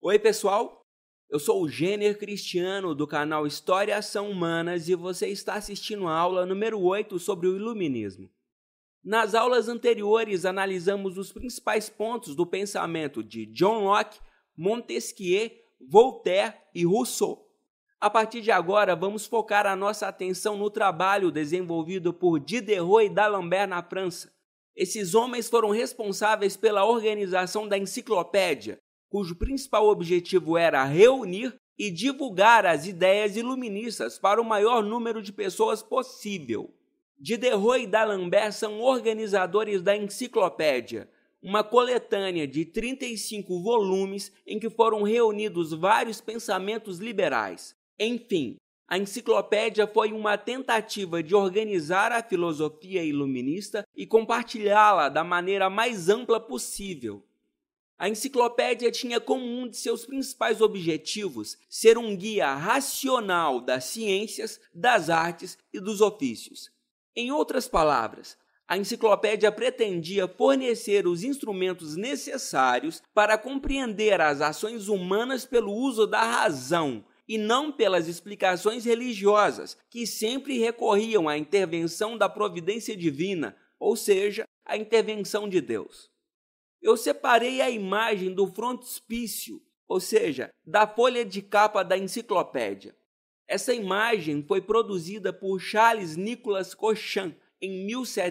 Oi, pessoal! Eu sou o Gêner Cristiano do canal História e Ação Humanas e você está assistindo a aula número 8 sobre o Iluminismo. Nas aulas anteriores, analisamos os principais pontos do pensamento de John Locke, Montesquieu, Voltaire e Rousseau. A partir de agora, vamos focar a nossa atenção no trabalho desenvolvido por Diderot e D'Alembert na França. Esses homens foram responsáveis pela organização da enciclopédia, cujo principal objetivo era reunir e divulgar as ideias iluministas para o maior número de pessoas possível. Diderot e D'Alembert são organizadores da enciclopédia, uma coletânea de 35 volumes em que foram reunidos vários pensamentos liberais. Enfim, a enciclopédia foi uma tentativa de organizar a filosofia iluminista e compartilhá-la da maneira mais ampla possível. A enciclopédia tinha como um de seus principais objetivos ser um guia racional das ciências, das artes e dos ofícios. Em outras palavras, a enciclopédia pretendia fornecer os instrumentos necessários para compreender as ações humanas pelo uso da razão e não pelas explicações religiosas, que sempre recorriam à intervenção da providência divina, ou seja, à intervenção de Deus. Eu separei a imagem do frontispício, ou seja, da folha de capa da enciclopédia. Essa imagem foi produzida por Charles Nicolas Cochin em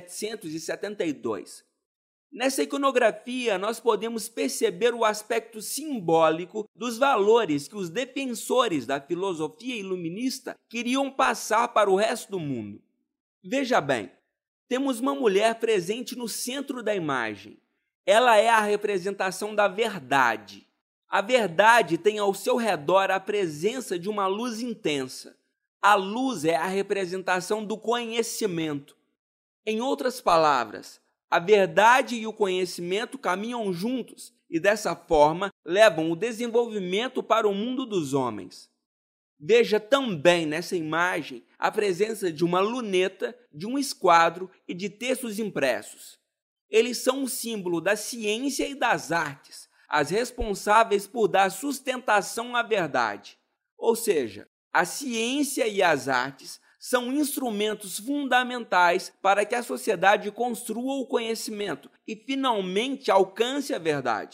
1772. Nessa iconografia, nós podemos perceber o aspecto simbólico dos valores que os defensores da filosofia iluminista queriam passar para o resto do mundo. Veja bem, temos uma mulher presente no centro da imagem. Ela é a representação da verdade. A verdade tem ao seu redor a presença de uma luz intensa. A luz é a representação do conhecimento. Em outras palavras, a verdade e o conhecimento caminham juntos e, dessa forma, levam o desenvolvimento para o mundo dos homens. Veja também nessa imagem a presença de uma luneta, de um esquadro e de textos impressos. Eles são um símbolo da ciência e das artes, as responsáveis por dar sustentação à verdade. Ou seja, a ciência e as artes são instrumentos fundamentais para que a sociedade construa o conhecimento e, finalmente, alcance a verdade.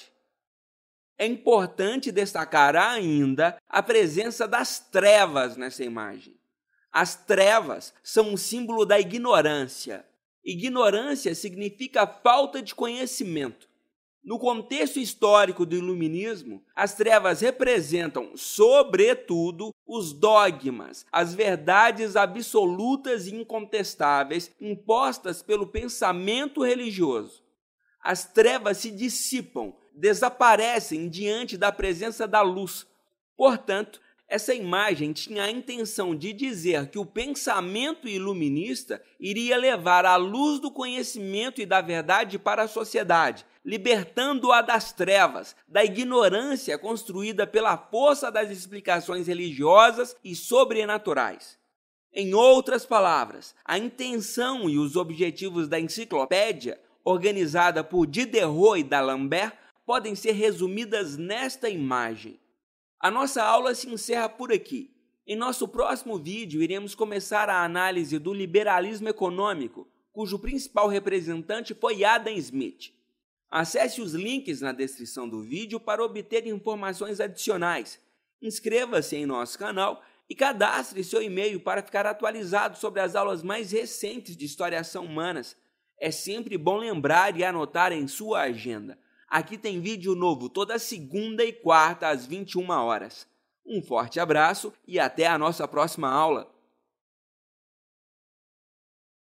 É importante destacar ainda a presença das trevas nessa imagem. As trevas são um símbolo da ignorância. Ignorância significa falta de conhecimento. No contexto histórico do iluminismo, as trevas representam, sobretudo, os dogmas, as verdades absolutas e incontestáveis impostas pelo pensamento religioso. As trevas se dissipam, desaparecem diante da presença da luz. Portanto, essa imagem tinha a intenção de dizer que o pensamento iluminista iria levar a luz do conhecimento e da verdade para a sociedade, libertando-a das trevas, da ignorância construída pela força das explicações religiosas e sobrenaturais. Em outras palavras, a intenção e os objetivos da enciclopédia, organizada por Diderot e D'Alembert, podem ser resumidas nesta imagem. A nossa aula se encerra por aqui. Em nosso próximo vídeo, iremos começar a análise do liberalismo econômico, cujo principal representante foi Adam Smith. Acesse os links na descrição do vídeo para obter informações adicionais. Inscreva-se em nosso canal e cadastre seu e-mail para ficar atualizado sobre as aulas mais recentes de História e Ação Humanas. É sempre bom lembrar e anotar em sua agenda. Aqui tem vídeo novo toda segunda e quarta às 21 horas. Um forte abraço e até a nossa próxima aula!